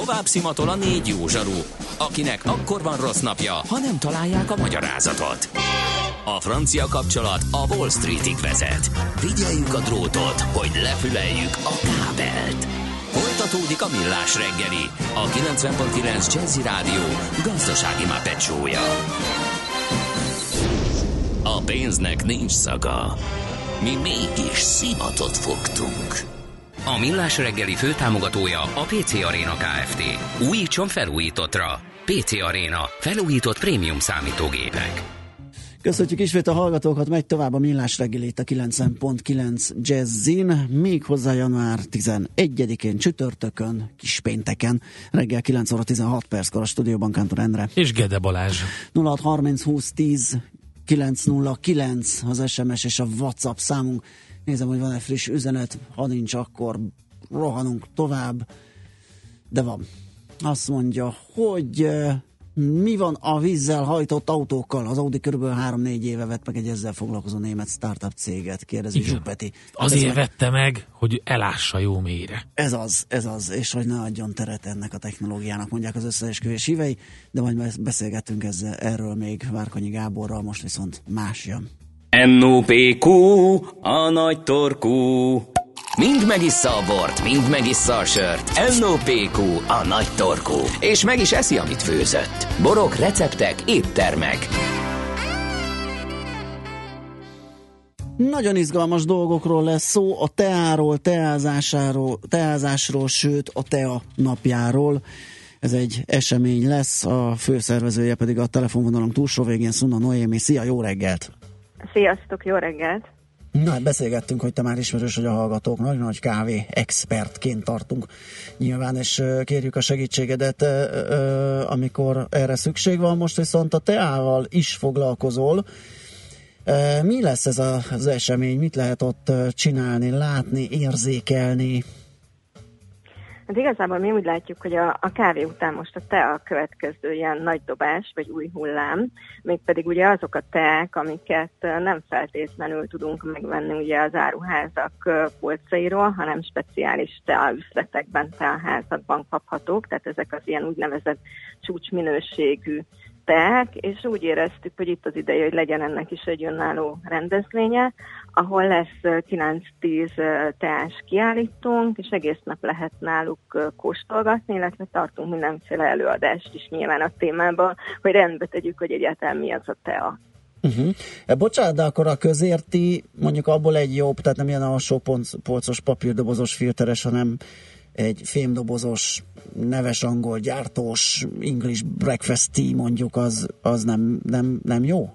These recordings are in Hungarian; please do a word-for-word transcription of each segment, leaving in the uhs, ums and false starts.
Tovább szimatol a négy jó zsaru, akinek akkor van rossz napja, ha nem találják a magyarázatot. A francia kapcsolat a Wall Streetig vezet. Figyeljük a drótot, hogy lefüleljük a kábelt. Folytatódik a Millás reggeli, a kilencven pont kilenc Jazzy Rádió gazdasági mápecsója. A pénznek nincs szaga. Mi mégis szimatot fogtunk. A Millás reggeli főtámogatója a pé cé Arena Kft. Újítson felújítottra. pé cé Arena. Felújított prémium számítógépek. Köszönjük ismét a hallgatókat, megy tovább a Millás reggeli itt a kilencven pont kilenc Jazzin, még hozzá január tizenegyedikén csütörtökön, kispénteken, reggel kilenc óra tizenhat perckor a stúdióban Kántor Endre. És Gede Balázs. nulla hat harminc húsz tíz kilenc nulla kilenc az es em es és a WhatsApp számunk. Nézem, hogy van-e friss üzenet, ha nincs, akkor rohanunk tovább. De van. Azt mondja, hogy uh, mi van a vízzel hajtott autókkal? Az Audi körülbelül három-négy éve vett meg egy ezzel foglalkozó német startup céget, kérdezi Zsupeti. Azért meg... vette meg, hogy elássa jó mélyre. Ez az, ez az, és hogy ne adjon teret ennek a technológiának, mondják az összeesküvés hívei, de majd beszélgettünk ezzel, erről még Várkonyi Gáborral, most viszont más jön. en o pé kú, a nagy torkú. Mind megissza a bort, mind megissza a sört. en o pé kú, a nagy torkú. És meg is eszi, amit főzött. Borok, receptek, éttermek. Nagyon izgalmas dolgokról lesz szó, a teáról, teázásáról, teázásról, sőt a tea napjáról. Ez egy esemény lesz, a főszervezője pedig a telefonvonalunk túlsó végén Szuna Noémi. Szia, jó reggelt! Sziasztok, jó reggelt! Na, beszélgettünk, hogy te már ismerős vagy a hallgatók, nagy nagy kávé expertként tartunk nyilván, és kérjük a segítségedet, amikor erre szükség van. Most viszont a teával is foglalkozol. Mi lesz ez az esemény? Mit lehet ott csinálni, látni, érzékelni? Hát igazából mi úgy látjuk, hogy a, a kávé után most a tea a következő ilyen nagy dobás, vagy új hullám, mégpedig ugye azok a teák, amiket nem feltétlenül tudunk megvenni ugye az áruházak polcairól, hanem speciális tea üzletekben, teaházakban kaphatók, tehát ezek az ilyen úgynevezett csúcsminőségű teák, és úgy éreztük, hogy itt az ideje, hogy legyen ennek is egy önálló rendezvénye, ahol lesz kilenc-tíz teás kiállítónk, és egész nap lehet náluk kóstolgatni, illetve tartunk mindenféle előadást is nyilván a témában, hogy rendbe tegyük, hogy egyáltalán mi az a tea. Uh-huh. E, bocsánat, de akkor a közérti, mondjuk abból egy jobb, tehát nem ilyen alsó polcos, papírdobozos, filteres, hanem egy fémdobozos, neves angol gyártós English breakfast tea mondjuk, az, az nem, nem, nem jó?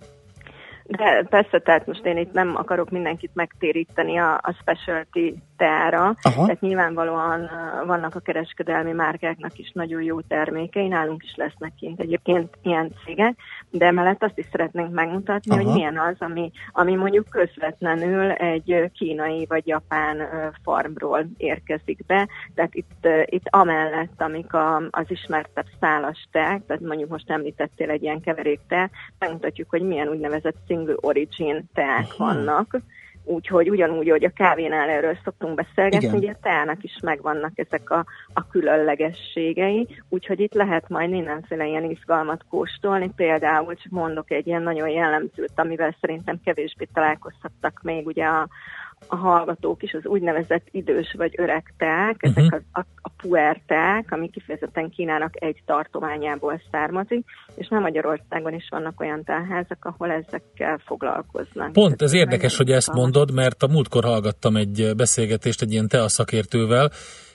De persze, tehát most én itt nem akarok mindenkit megtéríteni a, a specialty teára, tehát nyilvánvalóan uh, vannak a kereskedelmi márkáknak is nagyon jó termékei, nálunk is lesznek kint egyébként ilyen cégek, de emellett azt is szeretnénk megmutatni, Aha. hogy milyen az, ami, ami mondjuk közvetlenül egy kínai vagy japán uh, farmról érkezik be, tehát itt, uh, itt amellett, amik a, az ismertebb szálas teák, tehát mondjuk most említettél egy ilyen keverékteát, megmutatjuk, hogy milyen úgynevezett single origin teák uh-huh. vannak, úgyhogy ugyanúgy, hogy a kávénál erről szoktunk beszélgetni, hogy a teának is megvannak ezek a, a különlegességei, úgyhogy itt lehet majd mindenféle ilyen izgalmat kóstolni, például csak mondok egy ilyen nagyon jellemzőt, amivel szerintem kevésbé találkozhattak még ugye a a hallgatók is, az úgynevezett idős vagy öreg teák, ezek uh-huh. a, a, a puer teák, ami kifejezetten Kínának egy tartományából származik, és nem Magyarországon is vannak olyan teaházak, ahol ezekkel foglalkoznak. Pont ez érdekes, hogy ezt mondod, mert a múltkor hallgattam egy beszélgetést egy ilyen tea szakértővel.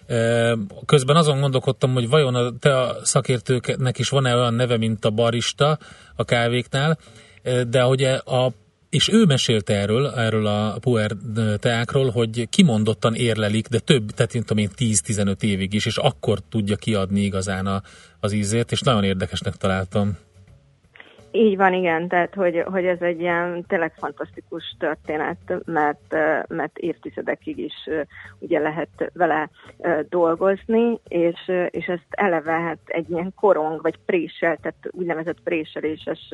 Közben azon gondolkodtam, hogy vajon a tea szakértőknek is van-e olyan neve, mint a barista a kávéknál, de hogy a és ő mesélte erről, erről a puer teákról, hogy kimondottan érlelik, de több, tehát mint tudom én tíz-tizenöt évig is, és akkor tudja kiadni igazán a, az ízét, és nagyon érdekesnek találtam. Így van, igen, tehát hogy, hogy ez egy ilyen tényleg fantasztikus történet, mert, mert évtizedekig is ugye lehet vele dolgozni, és, és ezt eleve hát egy ilyen korong, vagy présel, tehát úgynevezett préseléses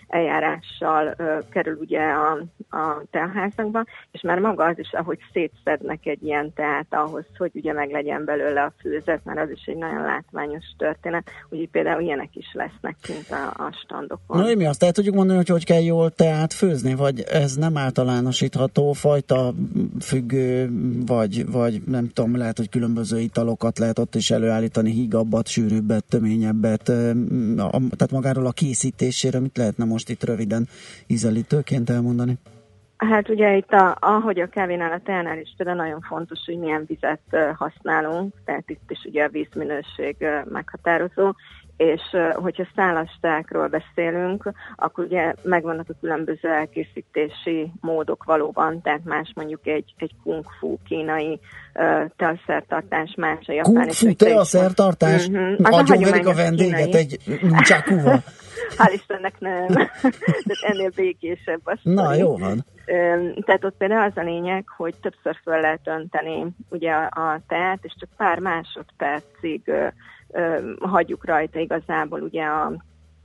eljárással kerül ugye a, a teaházakba, és már maga az is, ahogy szétszednek egy ilyen teát ahhoz, hogy ugye meg legyen belőle a főzet, mert az is egy nagyon látványos történet, úgyhogy például ilyenek is lesznek kint a, a standokon. Na, mi azt el tudjuk mondani, hogy hogy kell jól teát főzni, vagy ez nem általánosítható, fajta függő, vagy, vagy nem tudom, lehet, hogy különböző italokat lehet ott is előállítani, hígabbat, sűrűbbet, töményebbet, tehát magáról a készítésére mit lehetne most itt röviden ízelítőként elmondani? Hát ugye itt, a, ahogy a kávénál, a teánál is például nagyon fontos, hogy milyen vizet használunk, tehát itt is ugye a vízminőség meghatározó, és hogyha szálas teákról beszélünk, akkor ugye megvannak a különböző elkészítési módok valóban, tehát más mondjuk egy, egy kung fu kínai uh, teaszertartás, más a japán. Kung fu teaszertartás? Uh-huh. Agyon a vendéget kínai. Egy nuncsákúval? Hál' Istennek nem. Tehát ennél békésebb a sztori. Na, jó van. Tehát ott például az a lényeg, hogy többször föl lehet önteni ugye a teát, és csak pár másodpercig uh, uh, hagyjuk rajta igazából ugye a,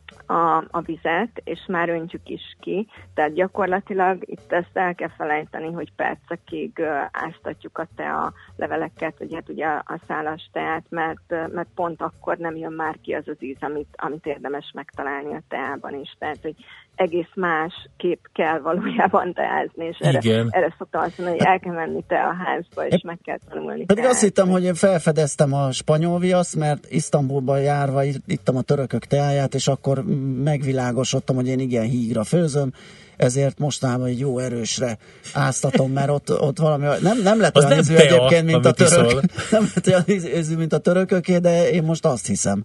a, a vizet, és már öntjük is ki. Tehát gyakorlatilag itt ezt el kell felejteni, hogy percekig uh, áztatjuk a tea leveleket, vagy hát ugye a, a szálas teát, mert, uh, mert pont akkor nem jön már ki az az íz, amit, amit érdemes megtalálni a teában is. Tehát, hogy egész más kép kell valójában teázni, és erre, erre szoktam azt mondani, hogy el kell menni te a házba, és meg kell tanulni. Pedig azt hittem, hogy én felfedeztem a spanyol viaszt, mert Isztambulban járva ittam a törökök teáját, és akkor megvilágosodtam, hogy én igen hígra főzöm, ezért mostában egy jó erősre áztatom, mert ott, ott valami, nem, nem lett olyan ízű egyébként, mint a török, nem lett olyan ízű, mint a törököké, de én most azt hiszem.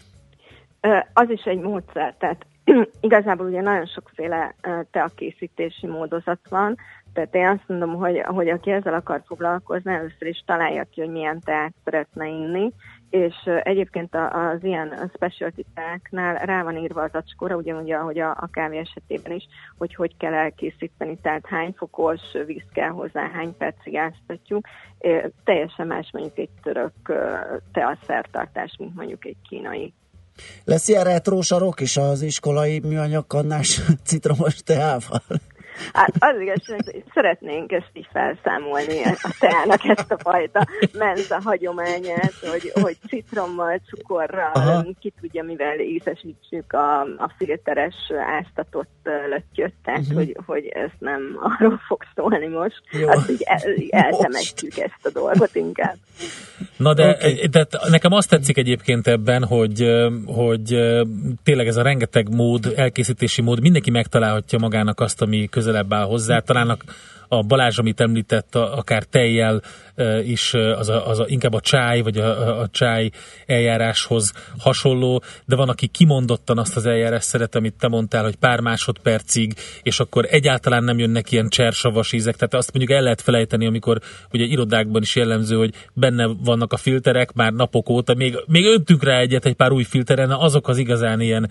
Az is egy módszer, tehát igazából ugye nagyon sokféle teakészítési módozat van, tehát én azt mondom, hogy, hogy aki ezzel akar foglalkozni, először is találja ki, hogy milyen teát szeretne inni, és egyébként az ilyen specialty teáknál rá van írva az acskóra, ugyanúgy, ahogy a, a kávé esetében is, hogy hogy kell elkészíteni, tehát hány fokos víz kell hozzá, hány percig áztatjuk. Teljesen más mondjuk egy török teaszertartás, mint mondjuk egy kínai. Lesz ilyen retro sarok is az iskolai műanyagkannás citromos teával? Hát az igazság, hogy szeretnénk ezt így felszámolni, a teának ezt a fajta menza hagyományát, hogy, hogy citrommal, cukorral, aha, ki tudja, mivel ízesítsük a, a filteres áztatott löttyöt, tehát uh-huh. hogy, hogy ez nem arról fog szólni most, jó. Azt így el, eltemetjük ezt a dolgot inkább. Na de, okay. de nekem azt tetszik egyébként ebben, hogy, hogy tényleg ez a rengeteg mód, elkészítési mód, mindenki megtalálhatja magának azt, ami közelebb áll hozzá. Talán a, a Balázs, amit említett, a, akár tejjel is, az, a, az a, inkább a csáj, vagy a, a, a csáj eljáráshoz hasonló, de van, aki kimondottan azt az eljárás szeret, amit te mondtál, hogy pár másodpercig, és akkor egyáltalán nem jönnek ilyen csersavas ízek, tehát azt mondjuk el lehet felejteni, amikor ugye irodákban is jellemző, hogy benne vannak a filterek már napok óta, még, még öntünk rá egyet egy pár új filteren, azok az igazán ilyen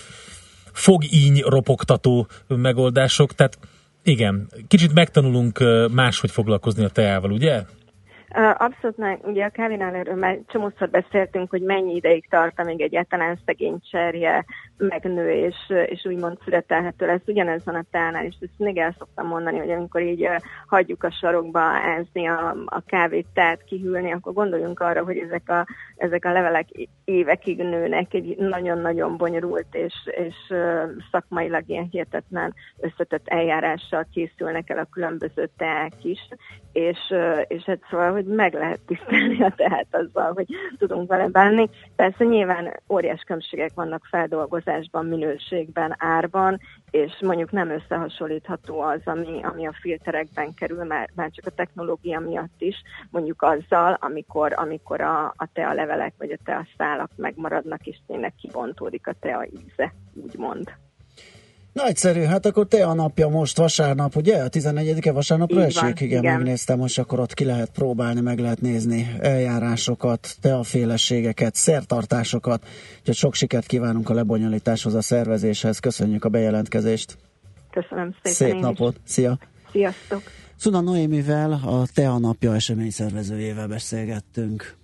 fogíny ropogtató megoldások, tehát igen, kicsit megtanulunk máshogy foglalkozni a teával, ugye? Abszolút, ugye a kávénál erről már csomószor beszéltünk, hogy mennyi ideig tart, amíg egyáltalán szegény cserje megnő, és, és úgymond születelhető lesz. Ugyanez van a teánál, és ezt mindig el szoktam mondani, hogy amikor így hagyjuk a sarokba ázni a, a kávét, teát kihűlni, akkor gondoljunk arra, hogy ezek a, ezek a levelek évekig nőnek, egy nagyon-nagyon bonyolult és, és szakmailag ilyen hihetetlen összetett eljárással készülnek el a különböző teák is, és, és hát szóval, hogy meg lehet tisztelni a teát azzal, hogy tudunk vele bánni. Persze nyilván óriás különbségek vannak feldolgozásban, minőségben, árban, és mondjuk nem összehasonlítható az, ami, ami a filterekben kerül, már, már csak a technológia miatt is, mondjuk azzal, amikor, amikor a, a tealevelek vagy a teaszálak megmaradnak, és tényleg kibontódik a tea íze, úgymond. Nagyszerű, hát akkor te a napja most vasárnap, ugye? A tizennegyedike vasárnapra Így esik? van, Igen, igen. megnéztem, most akkor ott ki lehet próbálni, meg lehet nézni eljárásokat, teaféleségeket, szertartásokat. Úgyhogy sok sikert kívánunk a lebonyolításhoz, a szervezéshez. Köszönjük a bejelentkezést. Köszönöm szépen. Szép napot. Szia. Sziasztok. Szuna Noémivel, a Te a napja esemény szervezőjével beszélgettünk.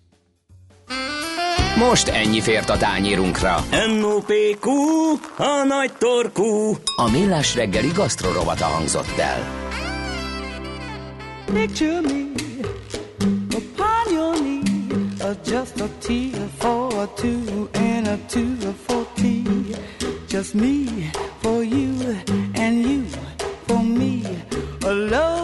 Most ennyi fért a tányérunkra. em o pé kú, a nagy torkú. A Millás reggeli gasztrorovata hangzott el. Picture me upon your knee, uh, just a tear for a two and a two for tea. Just me for you and you for me alone.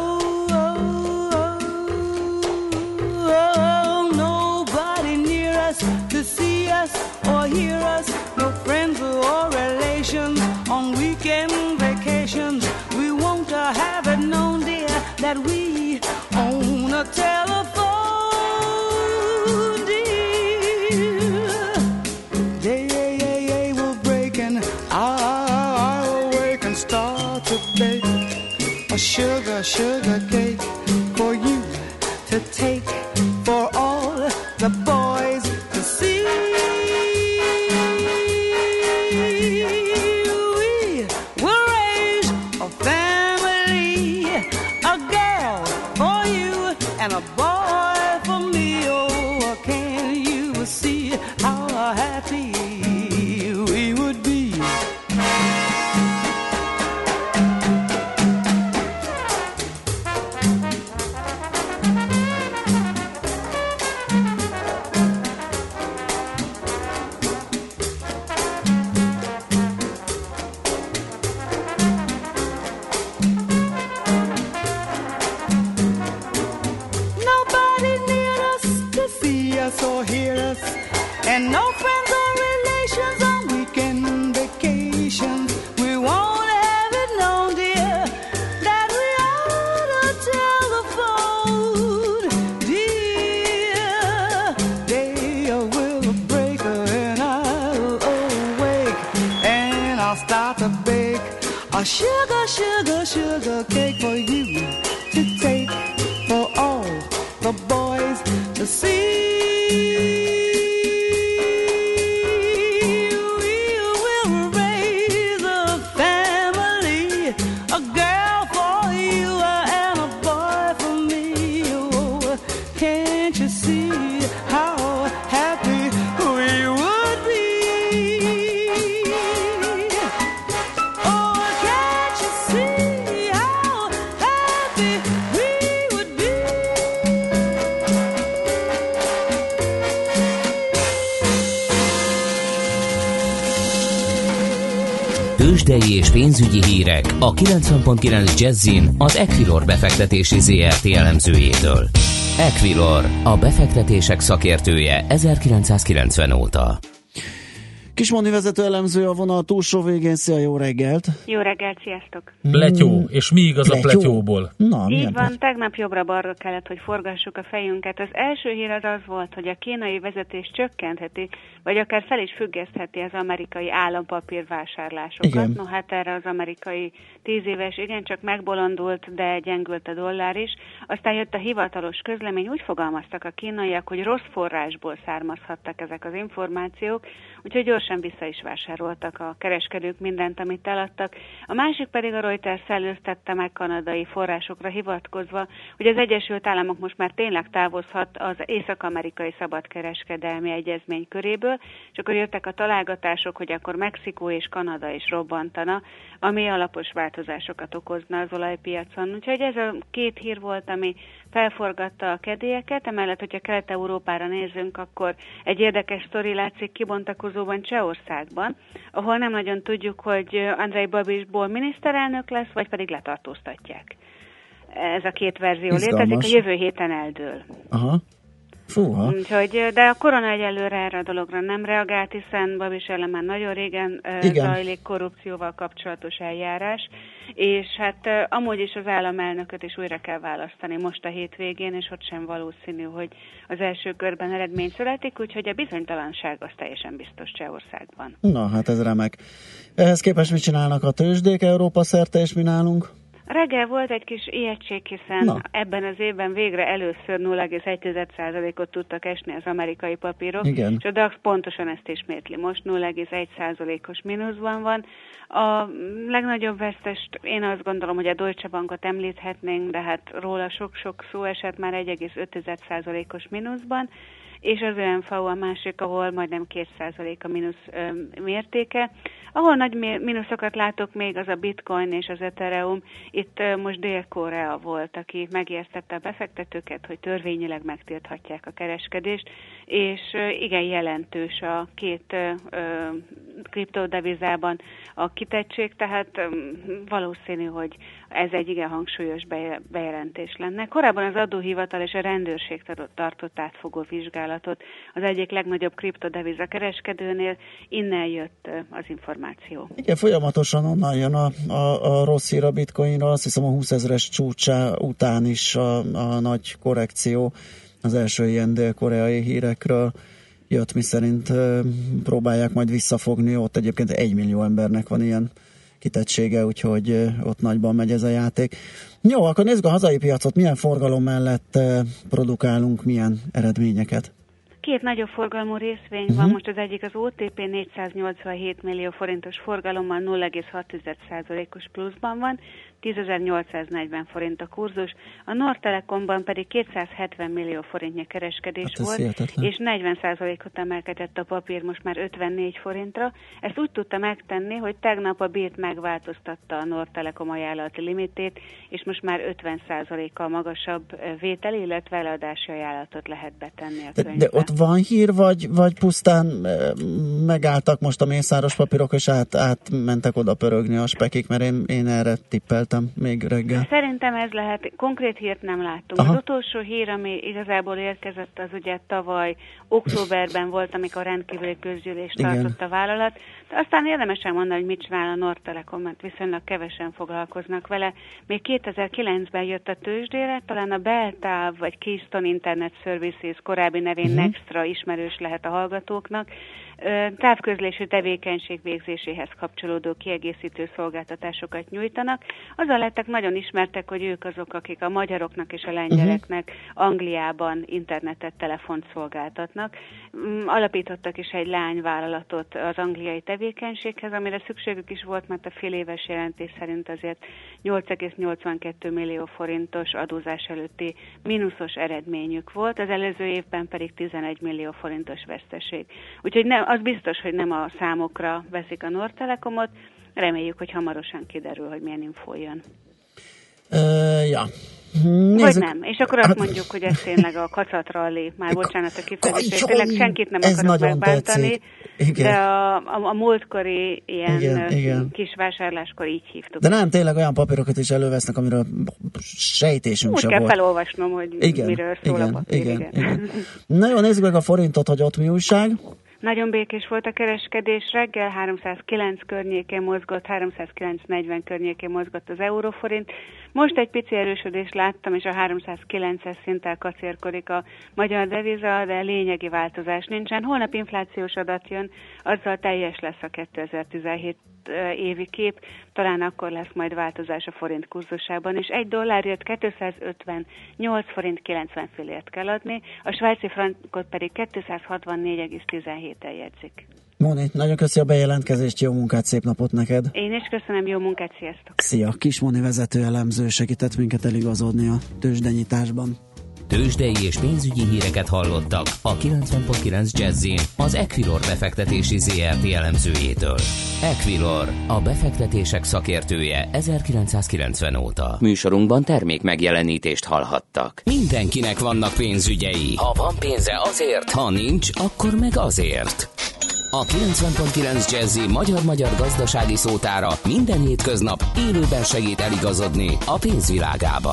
To see us or hear us, no friends or relations. On weekend vacations, we won't uh, have it known, dear, that we own a telephone, dear. Day, day, day, day, we're breaking. I'll wake and start to bake a sugar, sugar cake for you to take, for all the boys to see. We will raise a family, a girl for you and a boy for me. Oh, can you see how happy we would be? Or hear us, and no friends or relations on weekend vacations. We won't have it known, dear, that we ought to telephone, dear. Day will break and I'll awake and I'll start to bake a sugar, sugar, sugar cake for you to take, for all the boys to see. Tőzsdei és pénzügyi hírek a kilencven pont kilenc Jazzin az Equilor befektetési zé er té elemzőjétől. Equilor, a befektetések szakértője ezerkilencszázkilencven óta. Kismondi vezető elemző a vonal túlsó végén. Szia, jó reggelt! Jó reggelt, sziasztok! Pletyó, és mi igaz a pletyóból? Na, így van, lesz? Tegnap jobbra-balra kellett, hogy forgassuk a fejünket. Az első hír az az volt, hogy a kínai vezetés csökkentheti, vagy akár fel is függesztheti az amerikai állampapírvásárlásokat. Igen. No hát erre az amerikai tíz éves igencsak megbolondult, de gyengült a dollár is. Aztán jött a hivatalos közlemény, úgy fogalmaztak a kínaiak, hogy rossz forrásból származhattak ezek az információk, úgyhogy gyorsan vissza is vásároltak a kereskedők mindent, amit eladtak. A másik pedig a Reuters szellőztette meg kanadai forrásokra hivatkozva, hogy az Egyesült Államok most már tényleg távozhat az észak-amerikai szabadkereskedelmi egyezmény köréből, és akkor jöttek a találgatások, hogy akkor Mexikó és Kanada is robbantana, ami alapos változásokat okozna az olajpiacon. Úgyhogy ez a két hír volt, ami felforgatta a kedélyeket. Emellett, hogyha Kelet-Európára nézzünk, akkor egy érdekes sztori látszik kibontakozóban Csehországban, ahol nem nagyon tudjuk, hogy Andrej Babisból miniszterelnök lesz, vagy pedig letartóztatják. Ez a két verzió Izgalmas. létezik, a jövő héten eldől. Aha. Fúha. Úgyhogy, de a korona egyelőre erre a dologra nem reagált, hiszen Babis ellen már nagyon régen Igen. zajlik korrupcióval kapcsolatos eljárás, és hát amúgy is az államelnököt is újra kell választani most a hétvégén, és ott sem valószínű, hogy az első körben eredmény születik, úgyhogy a bizonytalanság az teljesen biztos Csehországban. Na, hát ez remek. Ehhez képest mit csinálnak a tőzsdék Európa szerte, és mi nálunk? Reggel volt egy kis ijegység, hiszen Na. ebben az évben végre először nulla egész egy százalékot tudtak esni az amerikai papírok, Igen. és a DAX pontosan ezt ismétli. Most nulla egész egy százalékos mínuszban van. A legnagyobb vesztest én azt gondolom, hogy a Deutsche Bankot említhetnénk, de hát róla sok-sok szó esett már egy egész öt százalékos mínuszban, és az ö em vé o a másik, ahol majdnem két százalék a mínusz ö, mértéke. Ahol nagy mínuszokat látok még, az a Bitcoin és az Ethereum. Itt ö, most Dél-Korea volt, aki megértette a befektetőket, hogy törvényileg megtilthatják a kereskedést, és ö, igen jelentős a két ö, ö, kriptodevizában a kitettség, tehát ö, valószínű, hogy ez egy igen hangsúlyos bejelentés lenne. Korábban az adóhivatal és a rendőrség tartott átfogó vizsgálatot az egyik legnagyobb kriptodeviza kereskedőnél, innen jött az információ. Igen, folyamatosan onnan jön a, a, a rossz hír a bitcoinra, azt hiszem a húszezres csúcsá után is a, a nagy korrekció az első ilyen dél-koreai hírekről jött, miszerint próbálják majd visszafogni, ott egyébként egy millió embernek van ilyen kitettsége, úgyhogy ott nagyban megy ez a játék. Jó, akkor nézzük a hazai piacot, milyen forgalom mellett produkálunk, milyen eredményeket. Két nagyobb forgalmú részvény uh-huh. van, most az egyik az o té pé négyszáznyolcvanhét millió forintos forgalommal nulla egész hat százalékos pluszban van, tízezer-nyolcszáznegyven forint a kurzus, a Nord Telekomban pedig kétszázhetven millió forintnyi kereskedés hát volt, hihetetlen. És negyven százalékot emelkedett a papír most már ötvennégy forintra. Ezt úgy tudta megtenni, hogy tegnap a bét megváltoztatta a Nord Telekom ajánlati limitét, és most már ötven százalékkal magasabb vétel, illetve eladási ajánlatot lehet betenni a könyvbe. De, de ott van hír, vagy, vagy pusztán megálltak most a mészáros papírok, és át, átmentek oda pörögni a spekik, mert én, én erre tippeltem még reggel. Szerintem ez lehet, konkrét hírt nem láttunk. Aha. Az utolsó hír, ami igazából érkezett, az ugye tavaly októberben volt, amikor rendkívüli közgyűlést tartott a vállalat, de aztán érdemes elmondani, hogy mit csinál a Nord Telekom, mert viszonylag kevesen foglalkoznak vele. Még kétezer-kilencben jött a tőzsdére, talán a Beltáv vagy Keystone Internet Services korábbi nevén uh-huh. Nextra ismerős lehet a hallgatóknak. Távközlési tevékenység végzéséhez kapcsolódó kiegészítő szolgáltatásokat nyújtanak. Azzal lettek nagyon ismertek, hogy ők azok, akik a magyaroknak és a lengyeleknek uh-huh. Angliában internetet, telefont szolgáltatnak. Alapítottak is egy lányvállalatot az angliai tevékenységhez, amire szükségük is volt, mert a fél éves jelentés szerint azért nyolc egész nyolcvankettő millió forintos adózás előtti mínuszos eredményük volt, az előző évben pedig tizenegy millió forintos veszteség. Úgyhogy nem, az biztos, hogy nem a számokra veszik a Nord Telekomot, reméljük, hogy hamarosan kiderül, hogy milyen info jön. Uh, ja. Nézzük. Vagy nem. És akkor azt mondjuk, hogy ez tényleg a kacatralli, már bocsánat a kifejezés, tényleg senkit nem akarok megbántani, de a, a, a múltkori ilyen igen, igen. kis vásárláskor így hívtuk. De nem, tényleg olyan papírokat is elővesznek, amiről sejtésünk sem volt. Úgy kell felolvasnom, hogy igen, miről szól igen, a papír. Igen, igen. Igen. Na jó, nézzük meg a forintot, hogy ott mi újság. Nagyon békés volt a kereskedés, reggel háromszázkilenc környékén mozgott, háromszázkilenc negyven környékén mozgott az euróforint. Most egy pici erősödést láttam, és a háromszázkilences szinttel kacérkodik a magyar deviza, de lényegi változás nincsen. Holnap inflációs adat jön, azzal teljes lesz a kétezer-tizenhét évi kép, talán akkor lesz majd változás a forint kurzusában, és egy dollárért kétszázötvennyolc forint kilencven fillért kell adni, a svájci frankot pedig kétszázhatvannégy egész tizenhéten jegyzik. Móni, nagyon köszi a bejelentkezést, jó munkát, szép napot neked! Én is köszönöm, jó munkát, sziasztok! Szia! Kis Móni vezető elemző segített minket eligazodni a tőzsdenyításban. Tőzsdei és pénzügyi híreket hallottak a kilencven pont kilenc Jazzin az Equilor befektetési zé er té elemzőjétől. Equilor, a befektetések szakértője ezerkilencszázkilencven óta. Műsorunkban termék megjelenítést hallhattak. Mindenkinek vannak pénzügyei. Ha van pénze azért, ha nincs, akkor meg azért. A kilencven pont kilenc Jazzy magyar-magyar gazdasági szótára minden hétköznap élőben segít eligazodni a pénzvilágában.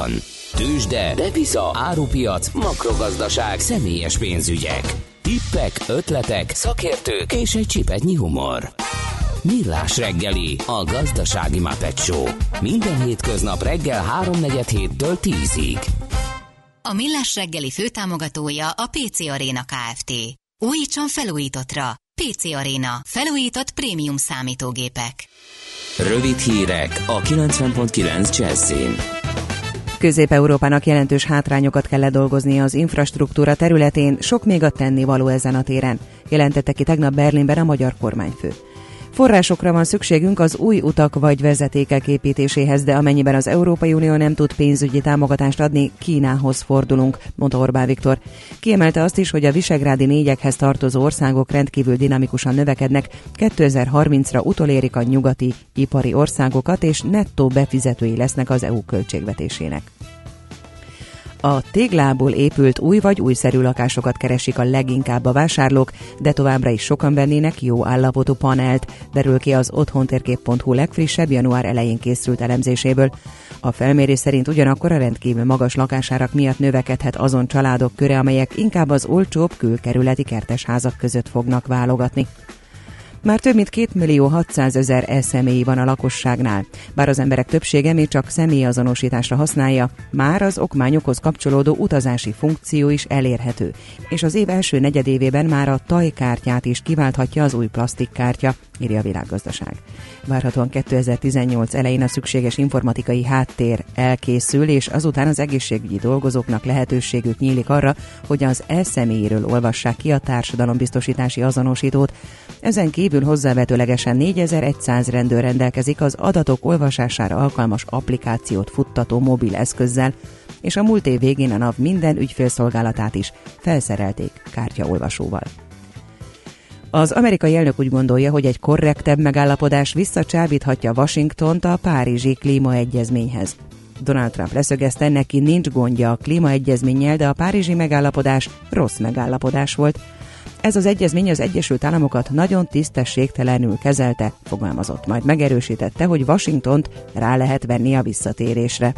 Tőzsde, depisza, árupiac, makrogazdaság, személyes pénzügyek. Tippek, ötletek, szakértők és egy csipetnyi humor. Millás reggeli, a gazdasági Muppet Show. Minden hétköznap reggel háromnegyed héttől tízig. A Millás reggeli főtámogatója a pé cé Arena Kft. Újítson felújítottra. pé cé Arena. Felújított prémium számítógépek. Rövid hírek a kilencven pont kilenc Jazzin. Közép-Európának jelentős hátrányokat kell ledolgoznia az infrastruktúra területén, sok még a tennivaló ezen a téren, jelentette ki tegnap Berlinben a magyar kormányfő. Forrásokra van szükségünk az új utak vagy vezetékek építéséhez, de amennyiben az Európai Unió nem tud pénzügyi támogatást adni, Kínához fordulunk, mondta Orbán Viktor. Kiemelte azt is, hogy a visegrádi négyekhez tartozó országok rendkívül dinamikusan növekednek, kétezer-harmincra utolérik a nyugati ipari országokat, és nettó befizetői lesznek az é u költségvetésének. A téglából épült új vagy újszerű lakásokat keresik a leginkább a vásárlók, de továbbra is sokan vennének jó állapotú panelt, derül ki az otthontérkép pont hu legfrissebb január elején készült elemzéséből. A felmérés szerint ugyanakkor a rendkívül magas lakásárak miatt növekedhet azon családok köre, amelyek inkább az olcsóbb külkerületi kertesházak között fognak válogatni. Már több mint két millió hatszázezer es em e van a lakosságnál. Bár az emberek többsége még csak személyazonosításra használja, már az okmányokhoz kapcsolódó utazási funkció is elérhető, és az év első negyedévében már a tajkártyát is kiválthatja az új plastikkártya, írja a Világgazdaság. Várhatóan kétezer-tizennyolc elején a szükséges informatikai háttér elkészül, és azután az egészségügyi dolgozóknak lehetőségük nyílik arra, hogy az es em e-ről olvassák ki a társadalombiztosítási azonosítót. Ezen kívül hozzávetőlegesen négyezer-száz rendőr rendelkezik az adatok olvasására alkalmas applikációt futtató mobil eszközzel, és a múlt év végén a NAV minden ügyfélszolgálatát is felszerelték kártyaolvasóval. Az amerikai elnök úgy gondolja, hogy egy korrektebb megállapodás visszacsábíthatja Washingtont a párizsi klímaegyezményhez. Donald Trump leszögezte, neki nincs gondja a klímaegyezménnyel, de a párizsi megállapodás rossz megállapodás volt. Ez az egyezmény az Egyesült Államokat nagyon tisztességtelenül kezelte, fogalmazott, majd megerősítette, hogy Washingtont rá lehet venni a visszatérésre.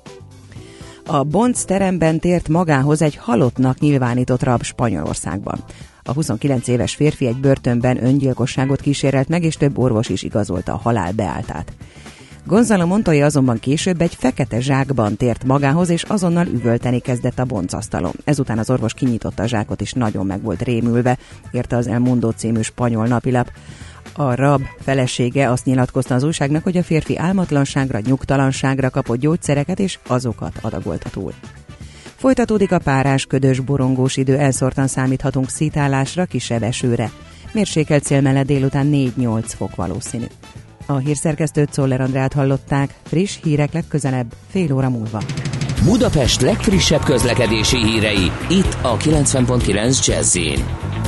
A Bonc teremben tért magához egy halottnak nyilvánított rab Spanyolországban. A huszonkilenc éves férfi egy börtönben öngyilkosságot kísérelt meg, és több orvos is igazolta a halál beálltát. Gonzalo Montoya azonban később egy fekete zsákban tért magához, és azonnal üvölteni kezdett a boncasztalon. Ezután az orvos kinyitotta a zsákot, és nagyon meg volt rémülve, írta az El Mundo című spanyol napilap. A rab felesége azt nyilatkozta az újságnak, hogy a férfi álmatlanságra, nyugtalanságra kapott gyógyszereket, és azokat adagolta túl. Folytatódik a párás, ködös, borongós idő, elszórtan számíthatunk szítálásra, kisebb esőre. Mérsékelt szél mellett délután négy-nyolc fok valószínű. A hírszerkesztőt, Czoller Andrát hallották, friss hírek legközelebb, fél óra múlva. Budapest legfrissebb közlekedési hírei, itt a kilencven pont kilenc Jazz-in.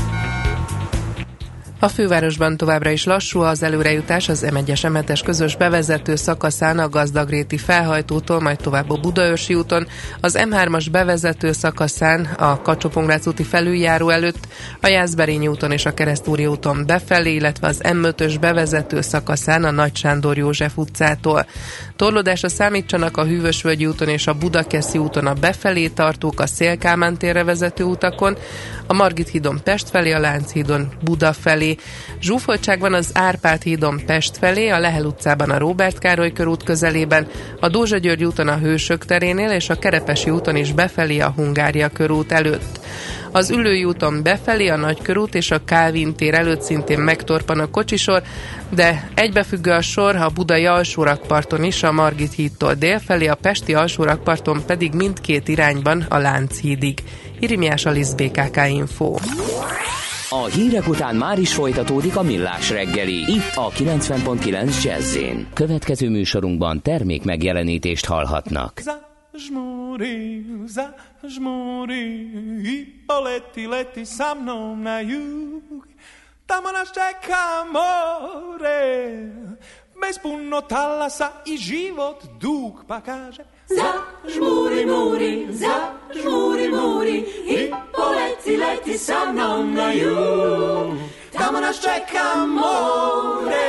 A fővárosban továbbra is lassú az előrejutás az em egyes em hetes közös bevezető szakaszán a Gazdagréti felhajtótól, majd tovább a Budaörsi úton, az em hármas bevezető szakaszán a Kacsó-Pongrác úti felüljáró előtt, a Jászberényi úton és a Keresztúri úton befelé, illetve az em ötös bevezető szakaszán a Nagy Sándor József utcától. Torlódásra számítsanak a Hűvösvölgyi úton és a Budakeszi úton a befelé tartók, a Széll-Kálmán térre vezető utakon, a Margit hídon Pest felé, a Lánchídon Buda felé. Zsúfoltság van az Árpád hídon Pest felé, a Lehel utcában a Róbert Károly körút közelében, a Dózsa György úton a Hősök terénél és a Kerepesi úton is befelé a Hungária körút előtt. Az Üllői úton befelé a Nagykörút és a Kálvin tér előtt szintén megtorpan a kocsisor, de egybefüggő a sor a budai alsórakparton is, a Margit hídtól délfelé, a pesti alsórakparton pedig mindkét irányban a Lánchídig. Irimiás Alisz, bé ká ká Info. A hírek után már is folytatódik a Millás reggeli, itt a kilencven pont kilenc Jazz-én. Következő műsorunkban termék megjelenítést hallhatnak. Zažmuri, zažmuri, i poleti, leti sa mnom na jug. Tamo nas čeka more, bez puno talasa i život dug, pa kaže zažmuri, muri, zažmuri, muri, i poleti, leti sa mnom na jug. Tamo nas čeka more,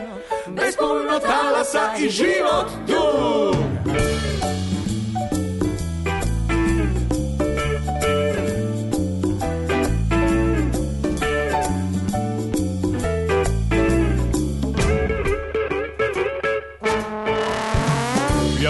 bez puno talasa i život dug.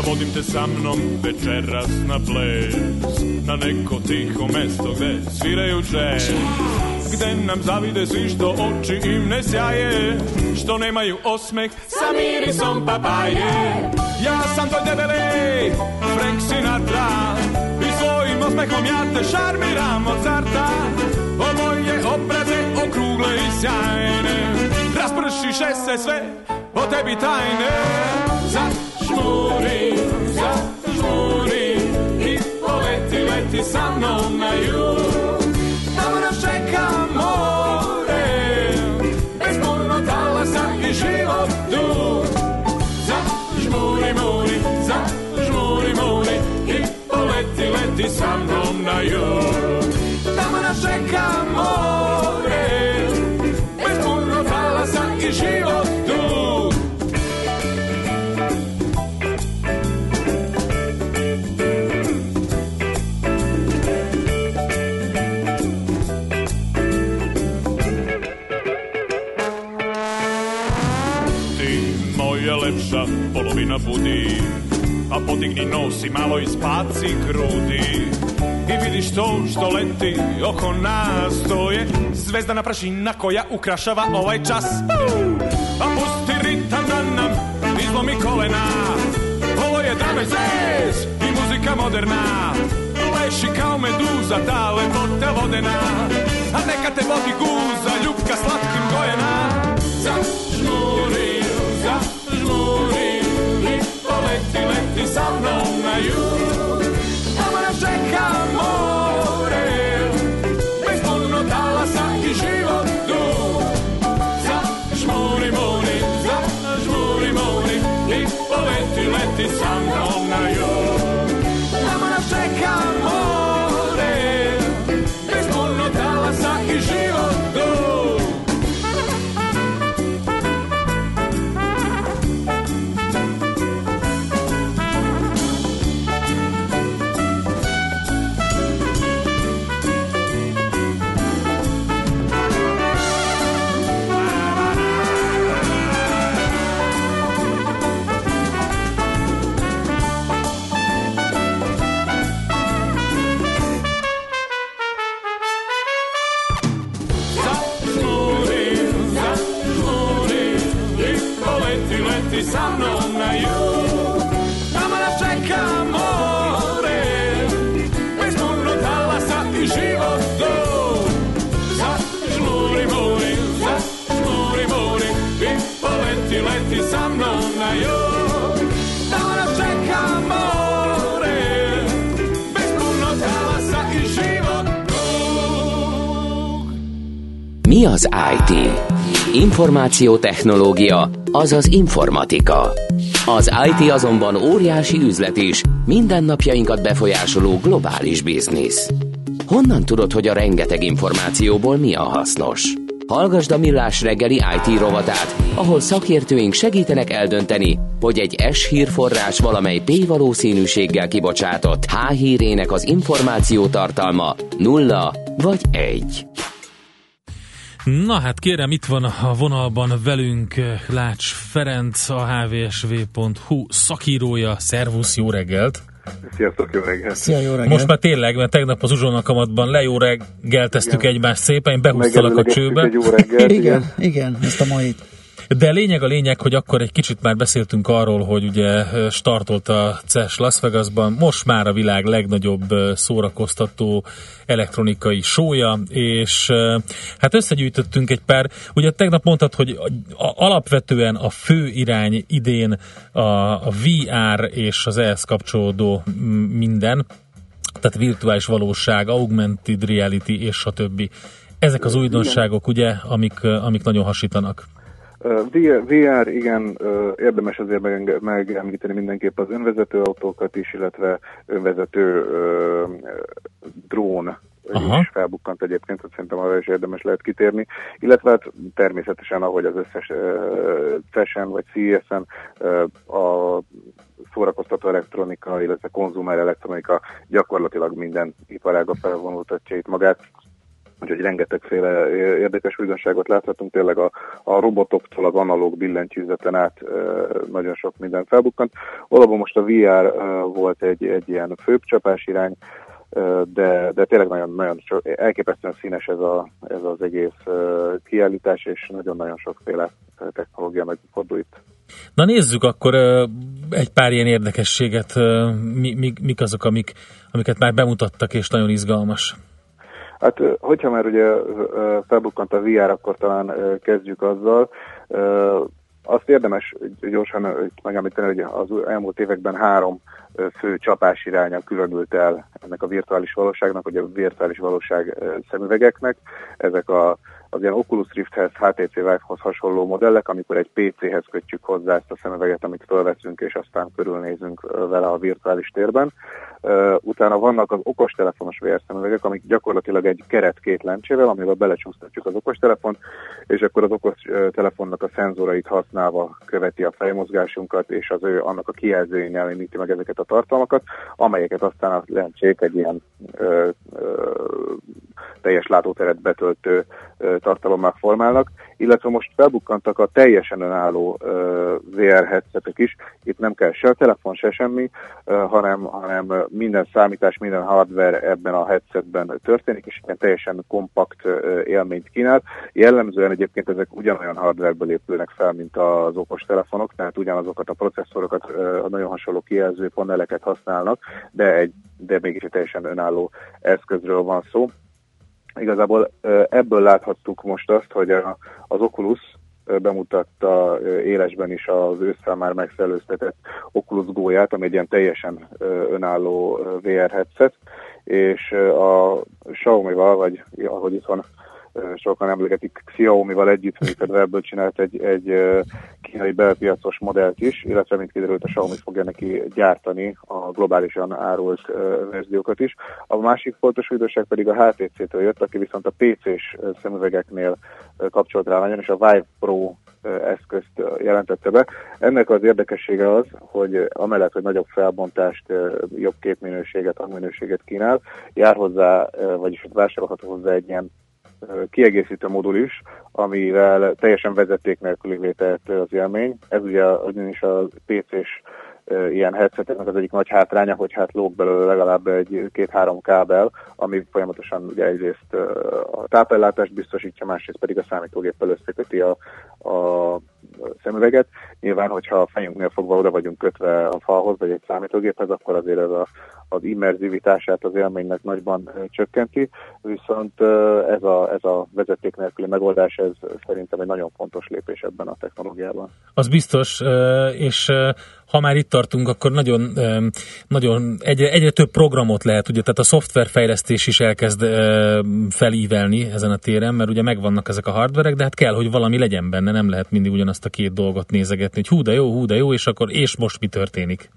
vodim te sa mnom večeras na ples, na neko tiho mesto gde sviraju jazz, gde nam zavide svi što oči im ne sjaje, što nemaju osmeh sa mirisom papaje. Ja sam tvoj debeli Frank Sinatra i svojim osmehom ja te šarmiram od zarta. O moje obraze okrugle i sjajne, raspršiše se sve o tebi tajne. Zažmuri, zažmuri i poleti, leti sa mnom na jug. Tamo nas čeka more, bez puno talasa i život dug. Zažmuri, muri, zažmuri, muri i poleti, leti sa mnom na jug. Tamo nas čeka more, bez puno talasa i život dug. Lepša polovina budi, a podigni nos i malo ispaci grudi i vidiš to što leti oko nas, to je zvezdana prašina koja ukrašava ovaj čas. A pusti ritam da nam izlomi kolena, ovo je drum and bass i muzika moderna. Leši kao meduza ta lepota vodena, a neka te vodi guza ljubka slatkim gojena. Zažmuri, zažmuri i poleti, leti sa mnom na jug. Tamo nas čeka more, bez puno talasa i život dug. Zažmuri, mori, zažmuri, mori i poleti, leti sa mnom na jug. Tamo nas čeka more, bez puno talasa i život dug. Sa mnom na jug, tamo nas čeka more, bez puno talasa i život dug. Zažmuri, mori, zažmuri, mori i poleti, leti sa mnom na jug. Tamo nas čeka more, bez puno talasa i život dug. Mi az i té? Információtechnológia, azaz informatika. Az i té azonban óriási üzlet is, mindennapjainkat befolyásoló globális biznisz. Honnan tudod, hogy a rengeteg információból mi a hasznos? Hallgasd a Millás reggeli i té rovatát, ahol szakértőink segítenek eldönteni, hogy egy S hírforrás valamely P valószínűséggel kibocsátott H hírének az információ tartalma nulla vagy egy. Na hát kérem, itt van a vonalban velünk Lács Ferenc, a há vé es vé pont hú szakírója. Szervusz, jó reggelt! Sziasztok, jó reggelt! Szia, jó reggelt! Most már tényleg, mert tegnap az uzsonnakamatban le jó reggelteztük egymást szépen, én behúztalak a csőbe. Egy jó reggelt, igen, igen, igen, ezt a mait. De lényeg a lényeg, hogy akkor egy kicsit már beszéltünk arról, hogy ugye startolt a cé e es Las Vegasban, most már a világ legnagyobb szórakoztató elektronikai show-ja, és hát összegyűjtöttünk egy pár, ugye tegnap mondtad, hogy alapvetően a fő irány idén a, a vé er és az ehhez kapcsolódó minden, tehát virtuális valóság, augmented reality és a többi. Ezek az újdonságok, ugye, amik, amik nagyon hasítanak. vé er, igen, érdemes azért megemlíteni mindenképp az önvezető autókat is, illetve önvezető drón Aha. is felbukkant egyébként, hogy szerintem arra is érdemes lehet kitérni, illetve hát természetesen, ahogy az összes cé e es-en vagy cé e es-en a szórakoztató elektronika, illetve konzumer elektronika gyakorlatilag minden iparága felvonultatja itt magát. úgyhogy rengetegféle érdekes újdonságot láthatunk, tényleg a, a robotoktól az analóg billentyűzeten át nagyon sok minden felbukkant. Valóban most a vé er volt egy, egy ilyen főbb csapásirány, de, de tényleg nagyon, nagyon so, elképesztően színes ez, a, ez az egész kiállítás, és nagyon-nagyon sokféle technológia megfordul itt. Na nézzük akkor egy pár ilyen érdekességet, mi, mi, mik azok, amik, amiket már bemutattak, és nagyon izgalmas. Hát, hogyha már ugye felbukkant a vé er, akkor talán kezdjük azzal. Azt érdemes gyorsan megemlíteni, hogy az elmúlt években három fő csapásiránya különült el ennek a virtuális valóságnak, vagy a virtuális valóság szemüvegeknek. Ezek a, az ilyen Oculus Rifthez, há té cé Vive-hoz hasonló modellek, amikor egy pé céhez kötjük hozzá ezt a szemüveget, amit felveszünk, és aztán körülnézünk vele a virtuális térben. Utána vannak az okostelefonos vé er szemüvegek, amik gyakorlatilag egy keret két lencsével, amivel belecsúsztatjuk az okostelefont, és akkor az okostelefonnak a szenzorait használva követi a fejmozgásunkat, és az ő annak a kijelzőjén jeleníti meg ezeket a tartalmakat, amelyeket aztán a lencsék egy ilyen ö, ö, teljes látóteret betöltő ö, tartalommal formálnak, illetve most felbukkantak a teljesen önálló ö, vé er headsetek is. Itt nem kell se a telefon, se semmi, ö, hanem, hanem minden számítás, minden hardware ebben a headsetben történik, és ilyen teljesen kompakt ö, élményt kínál. Jellemzően egyébként ezek ugyanolyan hardwareből épülnek fel, mint az okostelefonok, tehát ugyanazokat a processzorokat, ö, a nagyon hasonló kijelző paneleket használnak, de, egy, de mégis egy teljesen önálló eszközről van szó. Igazából ebből láthattuk most azt, hogy az Oculus bemutatta élesben is az ősszel már megszellőztetett Oculus Go-ját, ami egy ilyen teljesen önálló vé er headset, és a Xiaomi-val, vagy ahogy itthon sokan emlegetik, Xiaomi-val együttműködve ebből csinált egy, egy kínai belpiacos modellt is, illetve mint kiderült, a Xiaomi fogja neki gyártani a globálisan árult verziókat is. A másik fontos újdonság pedig a há té cé-től jött, aki viszont a pé cés szemüvegeknél kapcsolt rá nagyon, és a Vive Pro eszközt jelentette be. Ennek az érdekessége az, hogy amellett, hogy nagyobb felbontást, jobb képminőséget, hangminőséget kínál, jár hozzá, vagyis vásárolható hozzá egy ilyen kiegészítő modul is, amivel teljesen vezeték nélkülivé tehető az élmény. Ez ugye ugyanis a pé cés uh, ilyen headseteknek az egyik nagy hátránya, hogy hát lóg belőle legalább egy két-három kábel, ami folyamatosan ugye egyrészt uh, a tápellátást biztosítja, másrészt pedig a számítógéppel összeköti a, a szemüveget. Nyilván, hogyha a fejünknél fogva oda vagyunk kötve a falhoz, vagy egy számítógéphez, akkor azért ez a az immerzivitását az élménynek nagyban ö, csökkenti, viszont ö, ez, a, ez a vezeték nélküli megoldás, ez szerintem egy nagyon fontos lépés ebben a technológiában. Az biztos, és ha már itt tartunk, akkor nagyon, nagyon egyre, egyre több programot lehet, ugye, tehát a szoftverfejlesztés is elkezd felívelni ezen a téren, mert ugye megvannak ezek a hardverek, de hát kell, hogy valami legyen benne, nem lehet mindig ugyanazt a két dolgot nézegetni, hogy hú de jó, hú de jó, és akkor és most mi történik?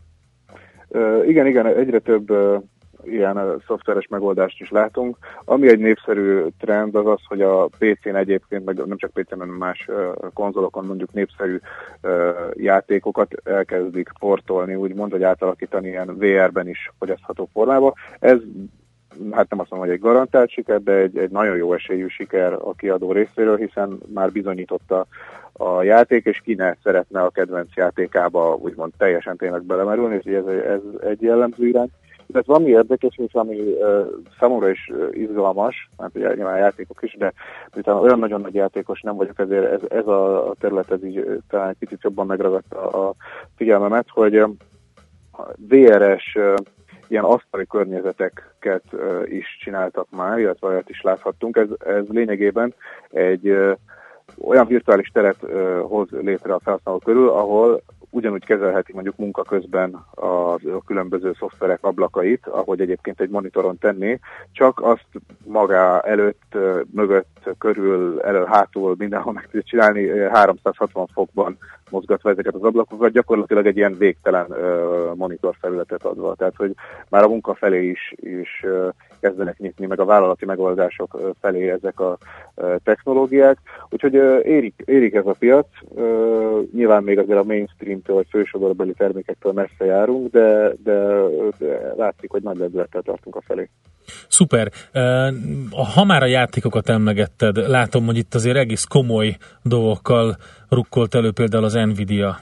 Uh, igen, igen, egyre több uh, ilyen uh, szoftveres megoldást is látunk. Ami egy népszerű trend az az, hogy a pé cén egyébként, meg nem csak pé cén, hanem más uh, konzolokon mondjuk népszerű uh, játékokat elkezdik portolni, úgymond, vagy átalakítani ilyen vé er-ben is fogyasztható formába. Ez hát nem azt mondom, hogy egy garantált siker, de egy, egy nagyon jó esélyű siker a kiadó részéről, hiszen már bizonyította a játék, és ki ne szeretne a kedvenc játékába úgymond teljesen tényleg belemerülni, és ez, ez egy jellemző irány. Tehát valami érdekes, és ami uh, számomra is uh, izgalmas, hát ugye nyilván játékok is, de miután olyan nagyon nagy játékos nem vagyok, ezért ez, ez a terület ez így uh, talán egy picit jobban megragadta a figyelmemet, hogy uh, vé er-es uh, ilyen asztali környezeteket uh, is csináltak már, illetve olyat is láthattunk. Ez, ez lényegében egy uh, olyan virtuális teret uh, hoz létre a felhasználó körül, ahol ugyanúgy kezelheti mondjuk munka közben a, a különböző szoftverek ablakait, ahogy egyébként egy monitoron tenné, csak azt maga előtt, mögött, körül, elő, hátul, mindenhol meg tudja csinálni, háromszázhatvan fokban mozgatva ezeket az ablakokat, gyakorlatilag egy ilyen végtelen uh, monitorfelületet adva. Tehát, hogy már a munka felé is, is uh, kezdenek nyitni, meg a vállalati megoldások felé ezek a technológiák. Úgyhogy érik, érik ez a piac. Nyilván még azért a mainstreamtől vagy fősodorbeli termékektől messze járunk, de, de, de látszik, hogy nagy lendülettel tartunk a felé. Szuper. Ha már a játékokat emlegetted, látom, hogy itt azért egész komoly dolgokkal rukkolt elő például az Nvidia.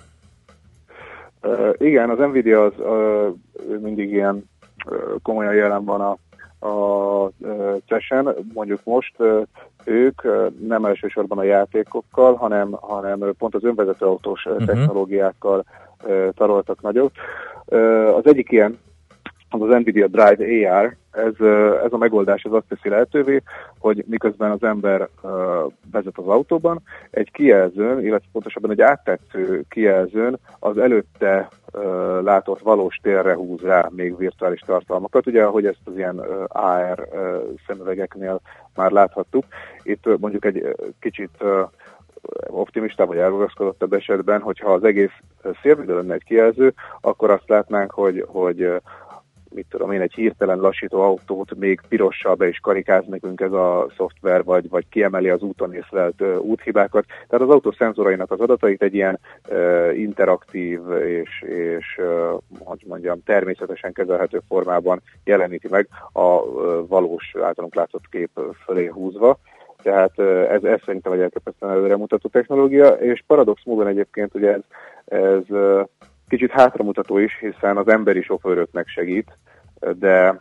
Uh, igen, az Nvidia az uh, mindig ilyen uh, komolyan jelen van a, a uh, cesen. Mondjuk most uh, ők uh, nem elsősorban a játékokkal, hanem, hanem pont az önvezető autós uh-huh. technológiákkal uh, taroltak nagyot. Uh, az egyik ilyen az az Nvidia Drive á er, ez, ez a megoldás ez azt teszi lehetővé, hogy miközben az ember uh, vezet az autóban, egy kijelzőn, illetve pontosabban egy áttetsző kijelzőn az előtte uh, látott valós térre húz rá még virtuális tartalmakat. Ugye, ahogy ezt az ilyen uh, á er uh, szemüvegeknél már láthattuk, itt uh, mondjuk egy uh, kicsit uh, optimistább vagy elrugaszkodottabb esetben, hogyha az egész szélvédő lenne egy kijelző, akkor azt látnánk, hogy, hogy uh, mit tudom én, egy hirtelen lassító autót még pirossal be is karikáz nekünk ez a szoftver, vagy, vagy kiemeli az úton észlelt uh, úthibákat. Tehát az autó szenzorainak az adatait egy ilyen uh, interaktív és, és uh, hogy mondjam, természetesen kezelhető formában jeleníti meg a uh, valós általunk látott kép fölé húzva. Tehát uh, ez, ez szerintem egy elképesztően előremutató technológia, és paradox módon egyébként ugye ez, ez uh, kicsit hátramutató is, hiszen az emberi sofőröknek segít, de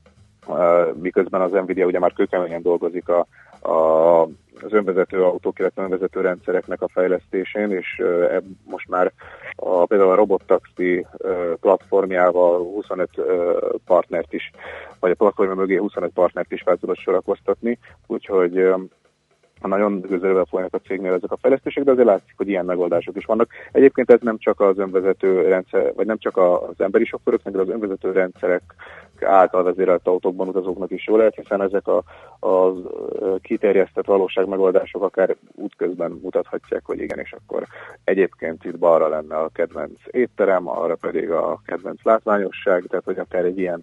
uh, miközben az Nvidia ugye már kőkeményen dolgozik a, a, az önvezető autók, illetve önvezető rendszereknek a fejlesztésén, és uh, most már a, például a robottaxi uh, platformjával huszonöt uh, partnert is, vagy a platformja mögé huszonöt partnert is fel tudott sorakoztatni, úgyhogy uh, nagyon közelről folynak a cégnél ezek a fejlesztések, de azért látszik, hogy ilyen megoldások is vannak. Egyébként ez nem csak az önvezető rendszer, vagy nem csak az emberi sofőröknek, de az önvezető rendszerek által vezérelt autókban utazóknak is jó lehet, hiszen ezek a, a kiterjesztett valóság megoldások akár útközben mutathatják, hogy igen, és akkor egyébként itt balra lenne a kedvenc étterem, arra pedig a kedvenc látványosság, tehát hogy akár egy ilyen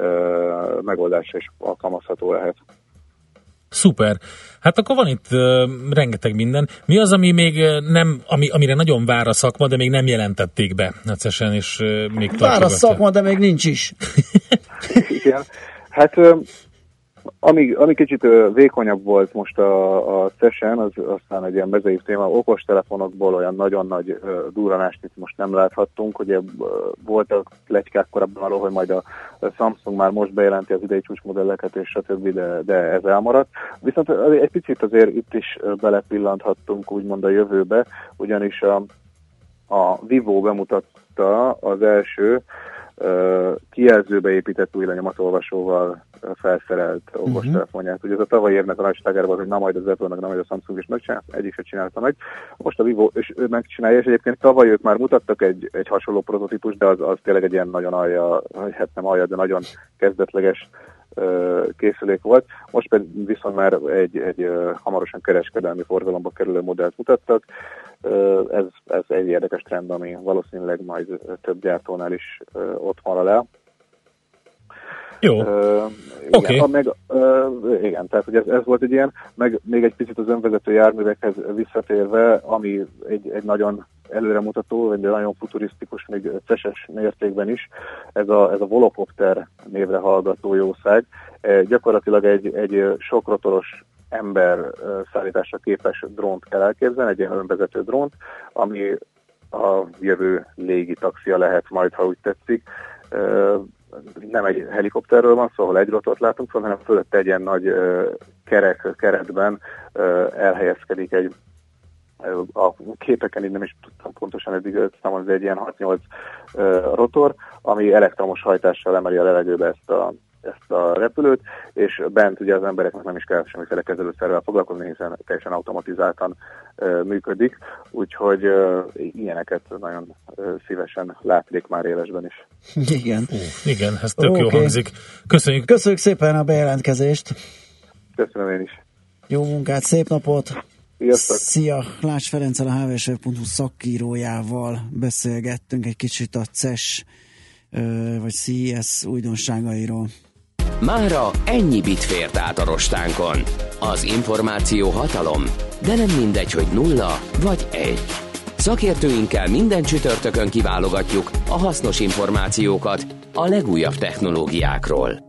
ö, megoldásra is alkalmazható lehet. Szuper. Hát akkor van itt uh, rengeteg minden. Mi az, ami még nem, ami, amire nagyon vár a szakma, de még nem jelentették be necesen, és uh, még tartogatja? Vár a szakma, de még nincs is. Igen. Hát uh, ami, ami kicsit uh, vékonyabb volt most a, a session, az aztán egy ilyen mezői téma, okostelefonokból olyan nagyon nagy uh, durranást itt most nem láthattunk. Ugye uh, voltak pletykák korábban arról, hogy majd a Samsung már most bejelenti az idei csúcsmodelleket és stb., de, de ez elmaradt. Viszont egy picit azért itt is belepillanthattunk úgymond a jövőbe, ugyanis a, a Vivo bemutatta az első uh, kijelzőbe épített új lenyomatolvasóval felszerelt okostelefonját. Uh-huh. Ugye ez a tavalyi évnek a nagyságára volt, hogy na majd az Apple, meg na majd a Samsung is megcsinál, egyik se csinálta meg. Most a Vivo, és ő megcsinálja, és egyébként tavaly ők már mutattak egy, egy hasonló prototípus, de az, az tényleg egy ilyen nagyon alja, hát nem alja, de nagyon kezdetleges uh, készülék volt. Most pedig viszont már egy, egy uh, hamarosan kereskedelmi forgalomba kerülő modellt mutattak. Uh, ez, ez egy érdekes trend, ami valószínűleg majd több gyártónál is uh, otthonra le. Jó, uh, oké. Okay. Uh, igen, tehát hogy ez, ez volt egy ilyen, meg még egy picit az önvezető járművekhez visszatérve, ami egy, egy nagyon előremutató, vagy nagyon futurisztikus, még ceses mértékben is, ez a, ez a Volocopter névre hallgató jószág. Uh, gyakorlatilag egy, egy sokrotoros ember uh, szállításra képes drónt kell elképzelni, egy ilyen önvezető drónt, ami a jövő légitaxia lehet majd, ha úgy tetszik. Uh, nem egy helikopterről van szó, ahol egy rotort látunk fel, hanem fölött egy ilyen nagy uh, kerek, keretben uh, elhelyezkedik egy, uh, a képeken így nem is tudtam pontosan eddig számolni, de egy ilyen hat-nyolc uh, rotor, ami elektromos hajtással emeli a levegőbe ezt a, ezt a repülőt, és bent ugye az embereknek nem is kell semmiféle kezelőszerrel foglalkozni, hiszen teljesen automatizáltan uh, működik, úgyhogy uh, ilyeneket nagyon uh, szívesen látnék már élesben is. Igen. Uh, igen, ez tök okay. Jó hangzik. Köszönjük. Köszönjük szépen a bejelentkezést. Köszönöm én is. Jó munkát, szép napot. Sziasztok. Szia, Lász Ferenccel, a há vé es ef pont hu szakírójával beszélgettünk egy kicsit a cé e es vagy cé e es újdonságairól. Mára ennyi bit fért át a rostánkon. Az információ hatalom, de nem mindegy, hogy nulla vagy egy. Szakértőinkkel minden csütörtökön kiválogatjuk a hasznos információkat a legújabb technológiákról.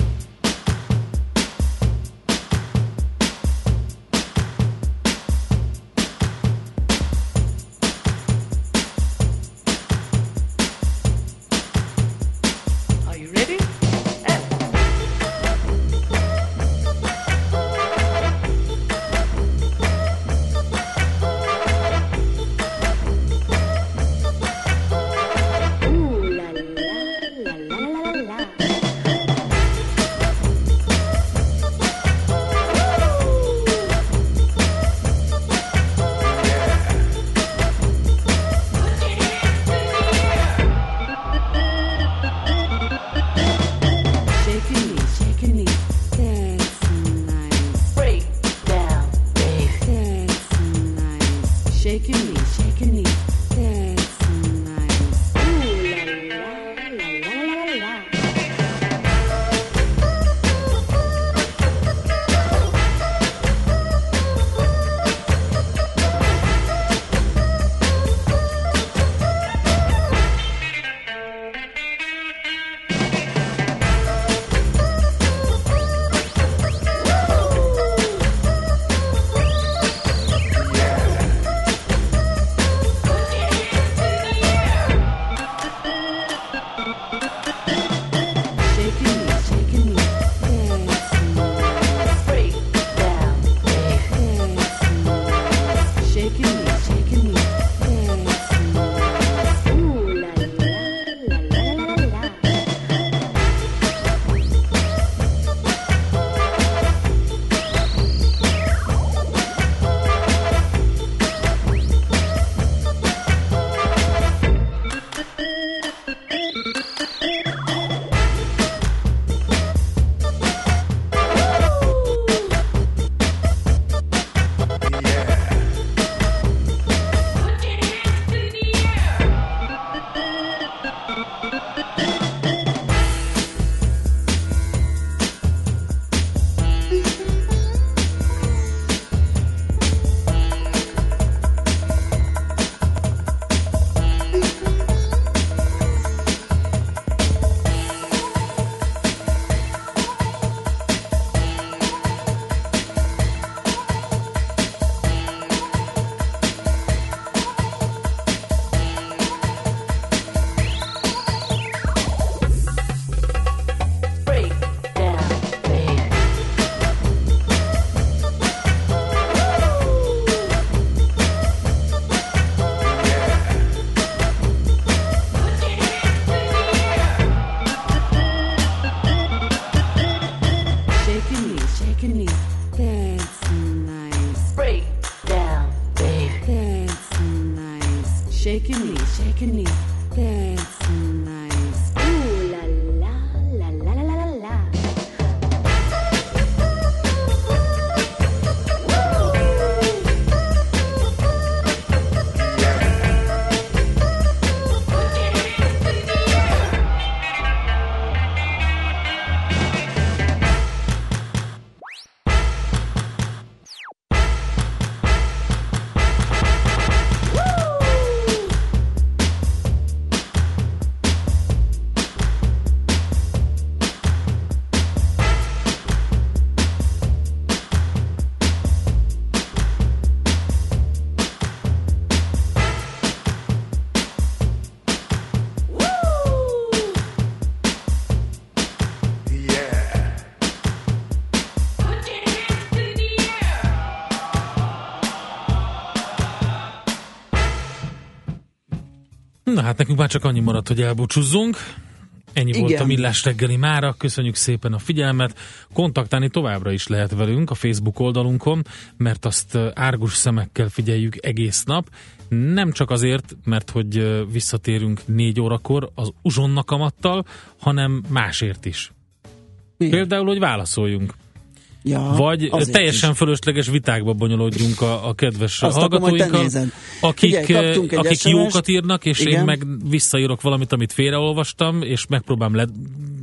Na hát nekünk már csak annyi maradt, hogy elbúcsúzzunk. Ennyi Igen. volt a Millás reggeli mára. Köszönjük szépen a figyelmet. Kontaktálni továbbra is lehet velünk a Facebook oldalunkon, mert azt árgus szemekkel figyeljük egész nap. Nem csak azért, mert hogy visszatérünk négy órakor az uzsonna kamattal, hanem másért is. Mi? Például, hogy válaszoljunk. Ja, vagy teljesen is. Fölösleges vitákba bonyolódjunk a, a kedves azt hallgatóinkkal, akik, Figyelj, akik jókat írnak, és Igen. én meg visszaírok valamit, amit félreolvastam, és megpróbálom le,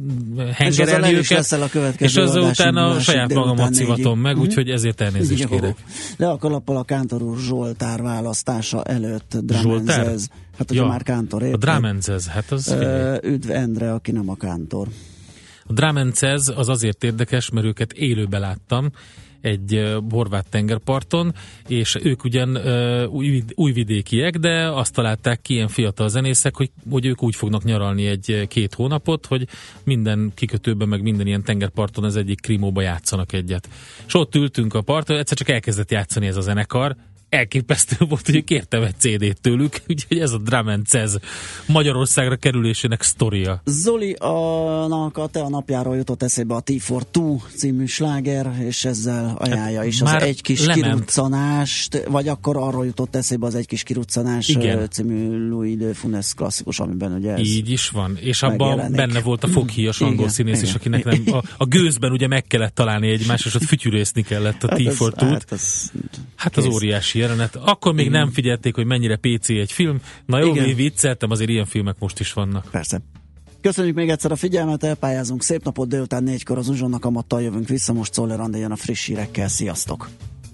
hengerelni őket, és ezzel utána saját magamat szivatom meg, uh-huh. úgyhogy ezért elnézést kérek. Le a kalappal a Kántor úr Zsoltár választása előtt. Drámenzez. Hát ugye ja, már Kántor érted. A Drámenzez, hát az... Uh, üdv Endre, aki nem a Kántor. A Drámenzez az azért érdekes, mert őket élőbe láttam egy uh, horvát tengerparton, és ők ugyan uh, új, újvidékiek, de azt találták ki ilyen fiatal zenészek, hogy, hogy ők úgy fognak nyaralni egy-két hónapot, hogy minden kikötőben, meg minden ilyen tengerparton az egyik krimóba játszanak egyet. És ott ültünk a parton, egyszer csak elkezdett játszani ez a zenekar, elképesztő volt, hogy kértem egy cé dét tőlük, úgyhogy ez a Drámenzez Magyarországra kerülésének sztoria. Zoli, a, a te a napjáról jutott eszébe a T for Two című sláger, és ezzel ajánlja is az Egy kis lement. Kiruccanást, vagy akkor arról jutott eszébe az Egy kis kiruccanás Igen. című Louis de Funès klasszikus, amiben ugye ez így is van, és abban benne volt a foghíjas angol színész is, akinek nem, a, a gőzben ugye meg kellett találni egymást, és ott fütyűrészni kellett a hát T for Two-t. Hát, az, hát az óriási jelenet. Akkor még Igen. nem figyelték, hogy mennyire pé cé egy film. Na jó, mi vicceltem, azért ilyen filmek most is vannak. Persze. Köszönjük még egyszer a figyelmet, elpályázunk. Szép napot, délután négykor az Uzsonnak amattal jövünk vissza. Most Czoller Andi jön a friss hírekkel. Sziasztok!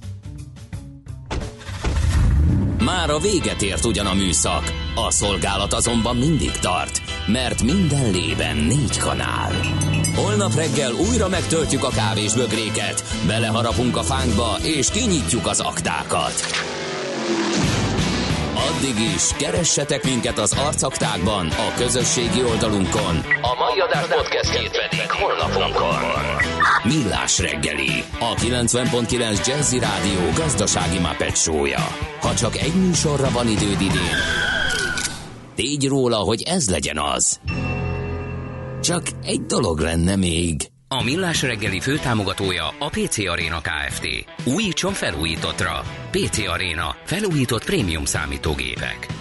Már a véget ért ugyan a műszak. A szolgálat azonban mindig tart, mert minden lében négy kanál. Holnap reggel újra megtöltjük a kávésbögréket, beleharapunk a fánkba és kinyitjuk az aktákat. Addig is keressetek minket az arcaktákban, a közösségi oldalunkon. A mai adás podcastjét pedig honlapunkon. Millás reggeli, a kilencven pont kilenc Jazzy Rádió gazdasági Muppet show-ja. Ha csak egy műsorra van időd idén, tégy róla, hogy ez legyen az. Csak egy dolog lenne még. A Millás reggeli főtámogatója a pé cé Arena Kft. Újítson felújítottra. pé cé Arena. Felújított prémium számítógépek.